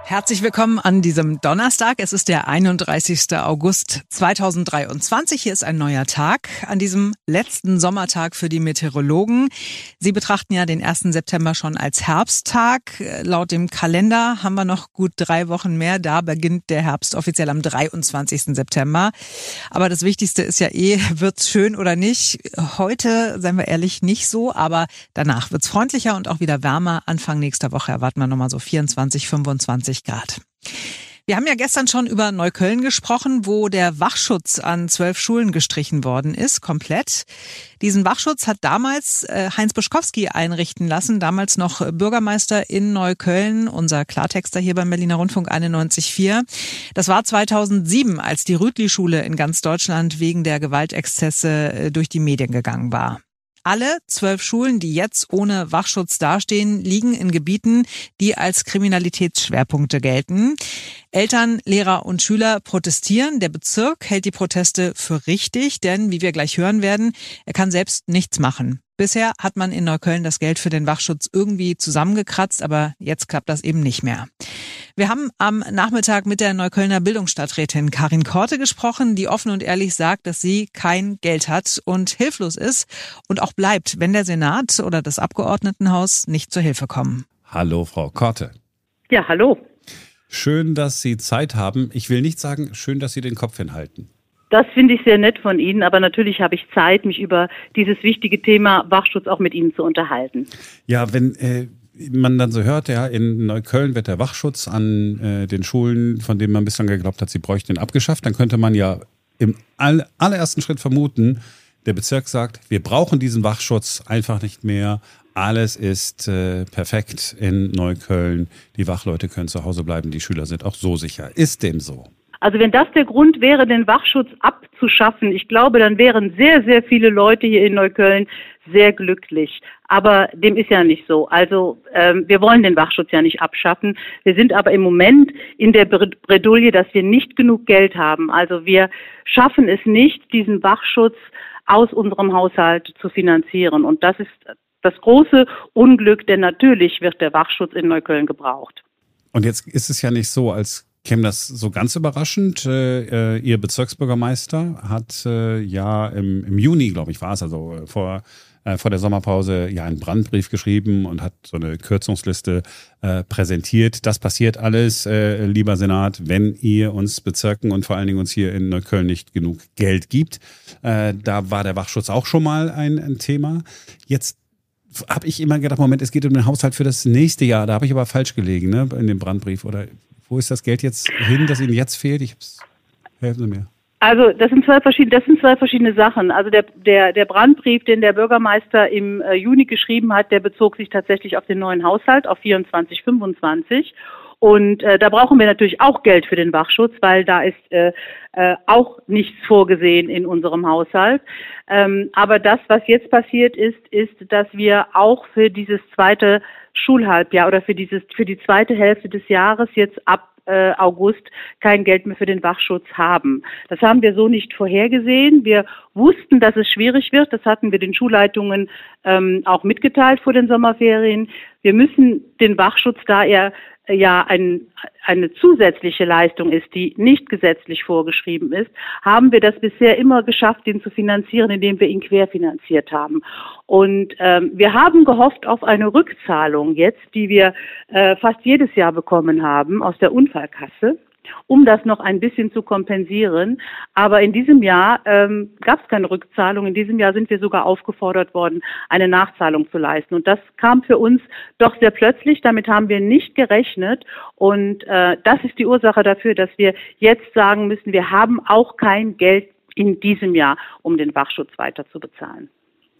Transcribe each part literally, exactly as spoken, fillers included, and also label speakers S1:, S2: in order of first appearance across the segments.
S1: Herzlich willkommen an diesem Donnerstag. Es ist der einunddreißigster August zweitausenddreiundzwanzig. Hier ist ein neuer Tag an diesem letzten Sommertag für die Meteorologen. Sie betrachten ja den ersten September schon als Herbsttag. Laut dem Kalender haben wir noch gut drei Wochen mehr. Da beginnt der Herbst offiziell am dreiundzwanzigsten September. Aber das Wichtigste ist ja eh, wird's schön oder nicht. Heute, seien wir ehrlich, nicht so. Aber danach wird's freundlicher und auch wieder wärmer. Anfang nächster Woche erwarten wir nochmal so vierundzwanzig, fünfundzwanzig Grad. Wir haben ja gestern schon über Neukölln gesprochen, wo der Wachschutz an zwölf Schulen gestrichen worden ist, komplett. Diesen Wachschutz hat damals äh, Heinz Buschkowski einrichten lassen, damals noch Bürgermeister in Neukölln, unser Klartexter hier beim Berliner Rundfunk einundneunzig Komma vier. Das war zweitausendsieben, als die Rütli-Schule in ganz Deutschland wegen der Gewaltexzesse äh, durch die Medien gegangen war. Alle zwölf Schulen, die jetzt ohne Wachschutz dastehen, liegen in Gebieten, die als Kriminalitätsschwerpunkte gelten. Eltern, Lehrer und Schüler protestieren. Der Bezirk hält die Proteste für richtig, denn, wie wir gleich hören werden, er kann selbst nichts machen. Bisher hat man in Neukölln das Geld für den Wachschutz irgendwie zusammengekratzt, aber jetzt klappt das eben nicht mehr. Wir haben am Nachmittag mit der Neuköllner Bildungsstadträtin Karin Korte gesprochen, die offen und ehrlich sagt, dass sie kein Geld hat und hilflos ist und auch bleibt, wenn der Senat oder das Abgeordnetenhaus nicht zur Hilfe kommen.
S2: Hallo, Frau Korte.
S3: Ja, hallo.
S2: Schön, dass Sie Zeit haben. Ich will nicht sagen, schön, dass Sie den Kopf hinhalten.
S3: Das finde ich sehr nett von Ihnen, aber natürlich habe ich Zeit, mich über dieses wichtige Thema Wachschutz auch mit Ihnen zu unterhalten.
S2: Ja, wenn äh, man dann so hört, ja, in Neukölln wird der Wachschutz an äh, den Schulen, von denen man bislang geglaubt hat, sie bräuchten ihn abgeschafft, dann könnte man ja im all, allerersten Schritt vermuten, der Bezirk sagt, wir brauchen diesen Wachschutz einfach nicht mehr. Alles ist äh, perfekt in Neukölln. Die Wachleute können zu Hause bleiben, die Schüler sind auch so sicher. Ist dem so?
S3: Also wenn das der Grund wäre, den Wachschutz abzuschaffen, ich glaube, dann wären sehr, sehr viele Leute hier in Neukölln sehr glücklich. Aber dem ist ja nicht so. Also ähm, wir wollen den Wachschutz ja nicht abschaffen. Wir sind aber im Moment in der Bredouille, dass wir nicht genug Geld haben. Also wir schaffen es nicht, diesen Wachschutz aus unserem Haushalt zu finanzieren. Und das ist das große Unglück, denn natürlich wird der Wachschutz in Neukölln gebraucht.
S2: Und jetzt ist es ja nicht so, als käme das so ganz überraschend. Äh, Ihr Bezirksbürgermeister hat äh, ja im, im Juni, glaube ich, war es, also äh, vor, äh, vor der Sommerpause, ja einen Brandbrief geschrieben und hat so eine Kürzungsliste äh, präsentiert. Das passiert alles, äh, lieber Senat, wenn ihr uns Bezirken und vor allen Dingen uns hier in Neukölln nicht genug Geld gibt. Äh, da war der Wachschutz auch schon mal ein, ein Thema. Jetzt habe ich immer gedacht, Moment, es geht um den Haushalt für das nächste Jahr. Da habe ich aber falsch gelegen, ne, in dem Brandbrief. Oder wo ist das Geld jetzt hin, das Ihnen jetzt fehlt? Ich hab's, helfen Sie mir.
S3: Also das sind zwei verschiedene, das sind zwei verschiedene Sachen. Also der der der Brandbrief, den der Bürgermeister im äh, Juni geschrieben hat, der bezog sich tatsächlich auf den neuen Haushalt, auf vierundzwanzig, fünfundzwanzig. Und äh, da brauchen wir natürlich auch Geld für den Wachschutz, weil da ist äh, äh, auch nichts vorgesehen in unserem Haushalt. Ähm, aber das, was jetzt passiert ist, ist, dass wir auch für dieses zweite Schulhalbjahr oder für dieses für die zweite Hälfte des Jahres jetzt ab äh, August kein Geld mehr für den Wachschutz haben. Das haben wir so nicht vorhergesehen. Wir wussten, dass es schwierig wird. Das hatten wir den Schulleitungen ähm, auch mitgeteilt vor den Sommerferien. Wir müssen den Wachschutz, da er ja ein, eine zusätzliche Leistung ist, die nicht gesetzlich vorgeschrieben ist, haben wir das bisher immer geschafft, ihn zu finanzieren, indem wir ihn querfinanziert haben. Und ähm, wir haben gehofft auf eine Rückzahlung jetzt, die wir äh, fast jedes Jahr bekommen haben aus der Unfallkasse, um das noch ein bisschen zu kompensieren. Aber in diesem Jahr ähm, gab es keine Rückzahlung. In diesem Jahr sind wir sogar aufgefordert worden, eine Nachzahlung zu leisten. Und das kam für uns doch sehr plötzlich. Damit haben wir nicht gerechnet. Und äh, das ist die Ursache dafür, dass wir jetzt sagen müssen, wir haben auch kein Geld in diesem Jahr, um den Wachschutz weiter zu bezahlen.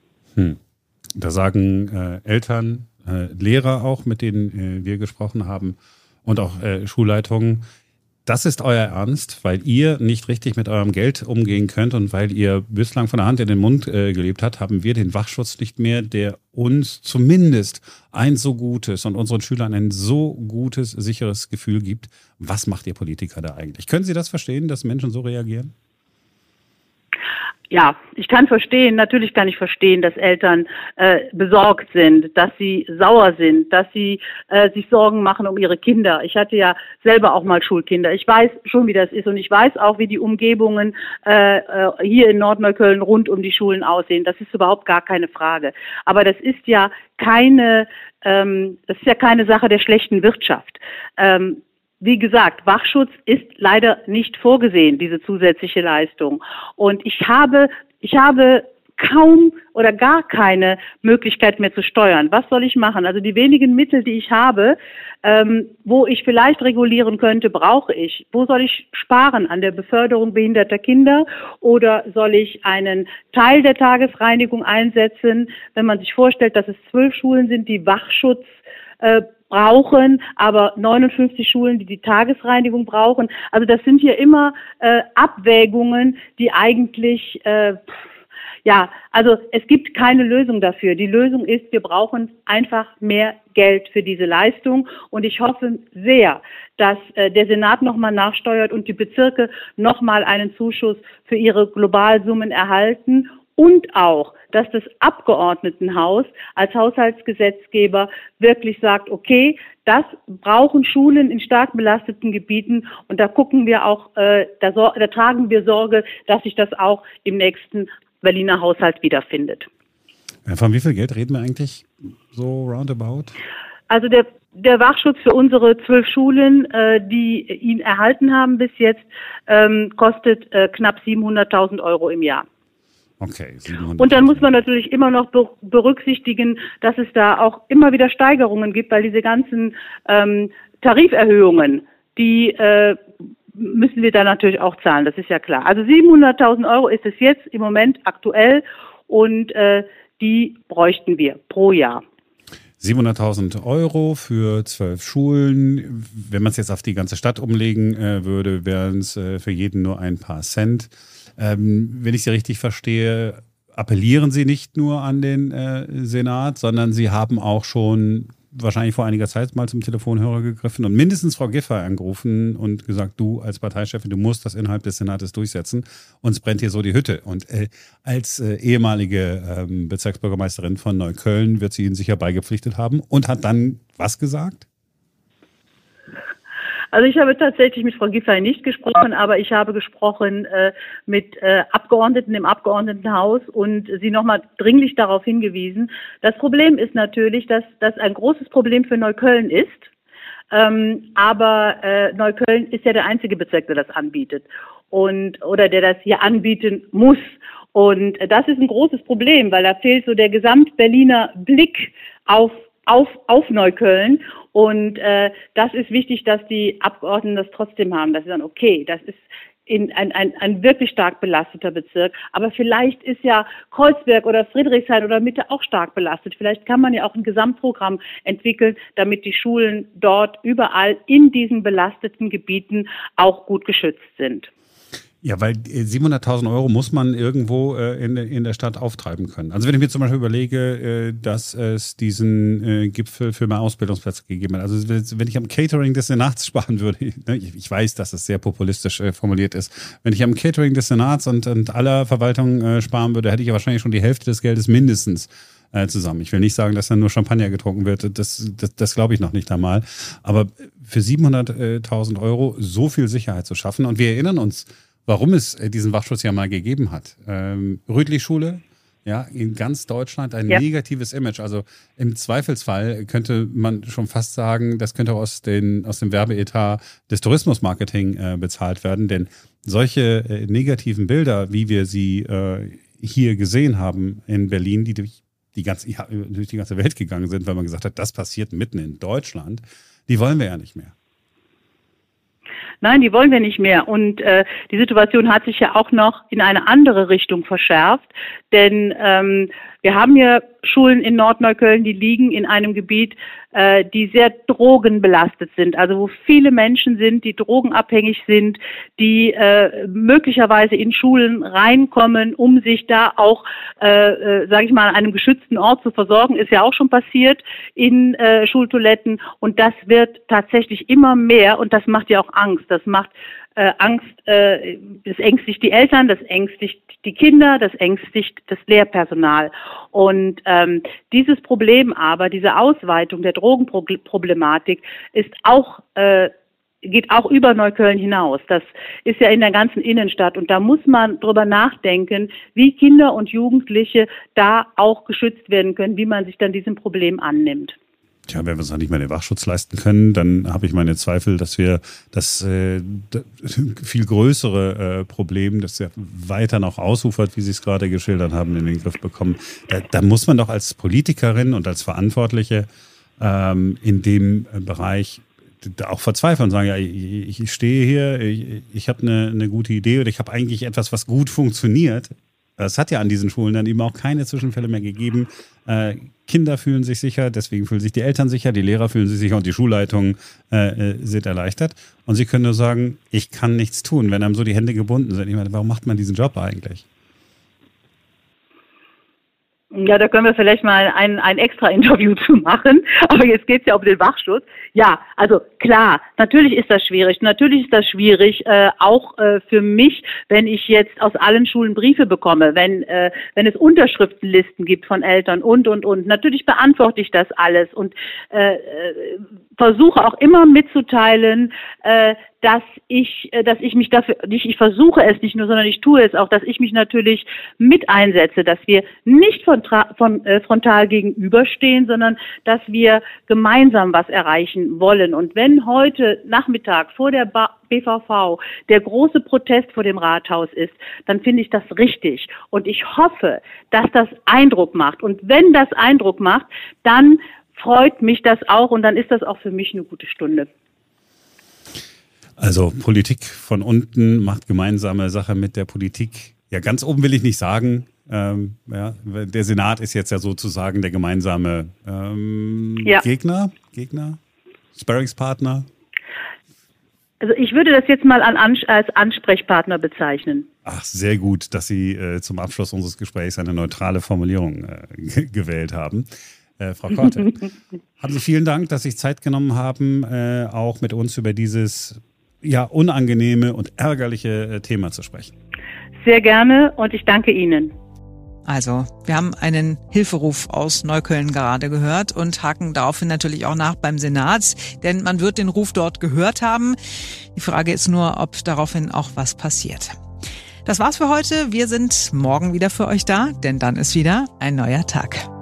S2: Hm. Da sagen äh, Eltern, äh, Lehrer auch, mit denen äh, wir gesprochen haben, und auch äh, Schulleitungen, das ist euer Ernst, weil ihr nicht richtig mit eurem Geld umgehen könnt und weil ihr bislang von der Hand in den Mund äh, gelebt habt, haben wir den Wachschutz nicht mehr, der uns zumindest ein so gutes und unseren Schülern ein so gutes, sicheres Gefühl gibt. Was macht ihr Politiker da eigentlich? Können Sie das verstehen, dass Menschen so reagieren?
S3: Ja, ich kann verstehen, natürlich kann ich verstehen, dass Eltern äh, besorgt sind, dass sie sauer sind, dass sie äh, sich Sorgen machen um ihre Kinder. Ich hatte ja selber auch mal Schulkinder. Ich weiß schon, wie das ist und ich weiß auch, wie die Umgebungen äh, äh, hier in Nordneukölln rund um die Schulen aussehen. Das ist überhaupt gar keine Frage. Aber das ist ja keine, ähm, das ist ja keine Sache der schlechten Wirtschaft. Ähm, Wie gesagt, Wachschutz ist leider nicht vorgesehen, diese zusätzliche Leistung. Und ich habe, ich habe kaum oder gar keine Möglichkeit mehr zu steuern. Was soll ich machen? Also die wenigen Mittel, die ich habe, ähm, wo ich vielleicht regulieren könnte, brauche ich. Wo soll ich sparen? An der Beförderung behinderter Kinder? Oder soll ich einen Teil der Tagesreinigung einsetzen? Wenn man sich vorstellt, dass es zwölf Schulen sind, die Wachschutz äh, brauchen, aber neunundfünfzig Schulen, die die Tagesreinigung brauchen. Also das sind hier immer äh, Abwägungen, die eigentlich, äh, ja, also es gibt keine Lösung dafür. Die Lösung ist, wir brauchen einfach mehr Geld für diese Leistung und ich hoffe sehr, dass äh, der Senat nochmal nachsteuert und die Bezirke nochmal einen Zuschuss für ihre Globalsummen erhalten. Und auch, dass das Abgeordnetenhaus als Haushaltsgesetzgeber wirklich sagt, okay, das brauchen Schulen in stark belasteten Gebieten und da gucken wir auch, äh, da, so, da tragen wir Sorge, dass sich das auch im nächsten Berliner Haushalt wiederfindet.
S2: Von wie viel Geld reden wir eigentlich so roundabout?
S3: Also der Der Wachschutz für unsere zwölf Schulen, äh, die ihn erhalten haben bis jetzt, ähm, kostet äh, knapp siebenhunderttausend Euro im Jahr.
S2: Okay, siebenhundert.
S3: Und dann muss man natürlich immer noch berücksichtigen, dass es da auch immer wieder Steigerungen gibt, weil diese ganzen ähm, Tariferhöhungen, die äh, müssen wir dann natürlich auch zahlen, das ist ja klar. Also siebenhunderttausend Euro ist es jetzt im Moment aktuell und äh, die bräuchten wir pro Jahr.
S2: siebenhunderttausend Euro für zwölf Schulen. Wenn man es jetzt auf die ganze Stadt umlegen äh, würde, wären es äh, für jeden nur ein paar Cent. Ähm, wenn ich Sie richtig verstehe, appellieren Sie nicht nur an den äh, Senat, sondern Sie haben auch schon wahrscheinlich vor einiger Zeit mal zum Telefonhörer gegriffen und mindestens Frau Giffey angerufen und gesagt, du als Parteichefin, du musst das innerhalb des Senates durchsetzen. Uns brennt hier so die Hütte. Und äh, als äh, ehemalige ähm, Bezirksbürgermeisterin von Neukölln wird sie Ihnen sicher beigepflichtet haben und hat dann was gesagt?
S3: Also ich habe tatsächlich mit Frau Giffey nicht gesprochen, aber ich habe gesprochen äh, mit äh, Abgeordneten im Abgeordnetenhaus und sie nochmal dringlich darauf hingewiesen. Das Problem ist natürlich, dass das ein großes Problem für Neukölln ist. Ähm, aber äh, Neukölln ist ja der einzige Bezirk, der das anbietet und oder der das hier anbieten muss. Und das ist ein großes Problem, weil da fehlt so der Gesamt-Berliner Blick auf auf auf Neukölln. Und äh, das ist wichtig, dass die Abgeordneten das trotzdem haben, dass sie sagen, okay, das ist in ein, ein, ein wirklich stark belasteter Bezirk. Aber vielleicht ist ja Kreuzberg oder Friedrichshain oder Mitte auch stark belastet. Vielleicht kann man ja auch ein Gesamtprogramm entwickeln, damit die Schulen dort überall in diesen belasteten Gebieten auch gut geschützt sind.
S2: Ja, weil siebenhunderttausend Euro muss man irgendwo äh, in, in der Stadt auftreiben können. Also wenn ich mir zum Beispiel überlege, äh, dass es diesen äh, Gipfel für mehr Ausbildungsplätze gegeben hat. Also wenn ich am Catering des Senats sparen würde, ne, ich, ich weiß, dass es sehr populistisch äh, formuliert ist, wenn ich am Catering des Senats und, und aller Verwaltung äh, sparen würde, hätte ich ja wahrscheinlich schon die Hälfte des Geldes mindestens äh, zusammen. Ich will nicht sagen, dass dann nur Champagner getrunken wird, das, das, das glaube ich noch nicht einmal. Aber für siebenhunderttausend Euro so viel Sicherheit zu schaffen, und wir erinnern uns, warum es diesen Wachschutz ja mal gegeben hat. Ähm, Rütli-Schule, ja, in ganz Deutschland ein ja. negatives Image. Also im Zweifelsfall könnte man schon fast sagen, das könnte aus, den, aus dem Werbeetat des Tourismusmarketing äh, bezahlt werden. Denn solche äh, negativen Bilder, wie wir sie äh, hier gesehen haben in Berlin, die durch die, ganze, ja, durch die ganze Welt gegangen sind, weil man gesagt hat, das passiert mitten in Deutschland, die wollen wir ja nicht mehr.
S3: Nein, die wollen wir nicht mehr. Und äh, die Situation hat sich ja auch noch in eine andere Richtung verschärft. Denn ähm, wir haben ja Schulen in Nordneukölln, die liegen in einem Gebiet, äh, die sehr drogenbelastet sind. Also wo viele Menschen sind, die drogenabhängig sind, die äh, möglicherweise in Schulen reinkommen, um sich da auch, äh, äh, sage ich mal, an einem geschützten Ort zu versorgen. Ist ja auch schon passiert in äh, Schultoiletten. Und das wird tatsächlich immer mehr und das macht ja auch Angst. Das macht äh, Angst, äh, das ängstigt die Eltern, das ängstigt die Kinder, das ängstigt das Lehrpersonal. Und ähm, dieses Problem aber, diese Ausweitung der Drogenproblematik ist auch äh, geht auch über Neukölln hinaus. Das ist ja in der ganzen Innenstadt und da muss man drüber nachdenken, wie Kinder und Jugendliche da auch geschützt werden können, wie man sich dann diesem Problem annimmt.
S2: Tja, wenn wir uns noch nicht mal den Wachschutz leisten können, dann habe ich meine Zweifel, dass wir das äh, viel größere äh, Problem, das ja weiter noch ausufert, wie Sie es gerade geschildert haben, in den Griff bekommen. Da, da muss man doch als Politikerin und als Verantwortliche ähm, in dem Bereich auch verzweifeln und sagen, ja, ich, ich stehe hier, ich, ich habe eine, eine gute Idee oder ich habe eigentlich etwas, was gut funktioniert. Es hat ja an diesen Schulen dann eben auch keine Zwischenfälle mehr gegeben. Äh, Kinder fühlen sich sicher, deswegen fühlen sich die Eltern sicher, die Lehrer fühlen sich sicher und die Schulleitungen äh, sind erleichtert. Und sie können nur sagen, ich kann nichts tun, wenn einem so die Hände gebunden sind. Ich meine, warum macht man diesen Job eigentlich?
S3: Ja, da können wir vielleicht mal ein, ein extra Interview zu machen. Aber jetzt geht's ja um den Wachschutz. Ja, also klar, natürlich ist das schwierig. Natürlich ist das schwierig, äh, auch äh, für mich, wenn ich jetzt aus allen Schulen Briefe bekomme, wenn äh, wenn es Unterschriftenlisten gibt von Eltern und, und, und. Natürlich beantworte ich das alles und äh, versuche auch immer mitzuteilen, äh, dass ich, dass ich mich dafür, nicht, ich versuche es nicht nur, sondern ich tue es auch, dass ich mich natürlich mit einsetze, dass wir nicht von, von äh, frontal gegenüberstehen, sondern dass wir gemeinsam was erreichen wollen. Und wenn heute Nachmittag vor der B V V der große Protest vor dem Rathaus ist, dann finde ich das richtig. Und ich hoffe, dass das Eindruck macht. Und wenn das Eindruck macht, dann freut mich das auch und dann ist das auch für mich eine gute Stunde.
S2: Also Politik von unten macht gemeinsame Sache mit der Politik. Ja, ganz oben will ich nicht sagen. Ähm, ja, der Senat ist jetzt ja sozusagen der gemeinsame ähm, ja. Gegner, Gegner, Sparringspartner.
S3: Also ich würde das jetzt mal an, als Ansprechpartner bezeichnen.
S2: Ach, sehr gut, dass Sie äh, zum Abschluss unseres Gesprächs eine neutrale Formulierung äh, gewählt haben. Äh, Frau Korte, haben Sie vielen Dank, dass Sie sich Zeit genommen haben, äh, auch mit uns über dieses ja unangenehme und ärgerliche äh, Thema zu sprechen.
S3: Sehr gerne und ich danke Ihnen.
S1: Also, wir haben einen Hilferuf aus Neukölln gerade gehört und haken daraufhin natürlich auch nach beim Senat, denn man wird den Ruf dort gehört haben. Die Frage ist nur, ob daraufhin auch was passiert. Das war's für heute. Wir sind morgen wieder für euch da, denn dann ist wieder ein neuer Tag.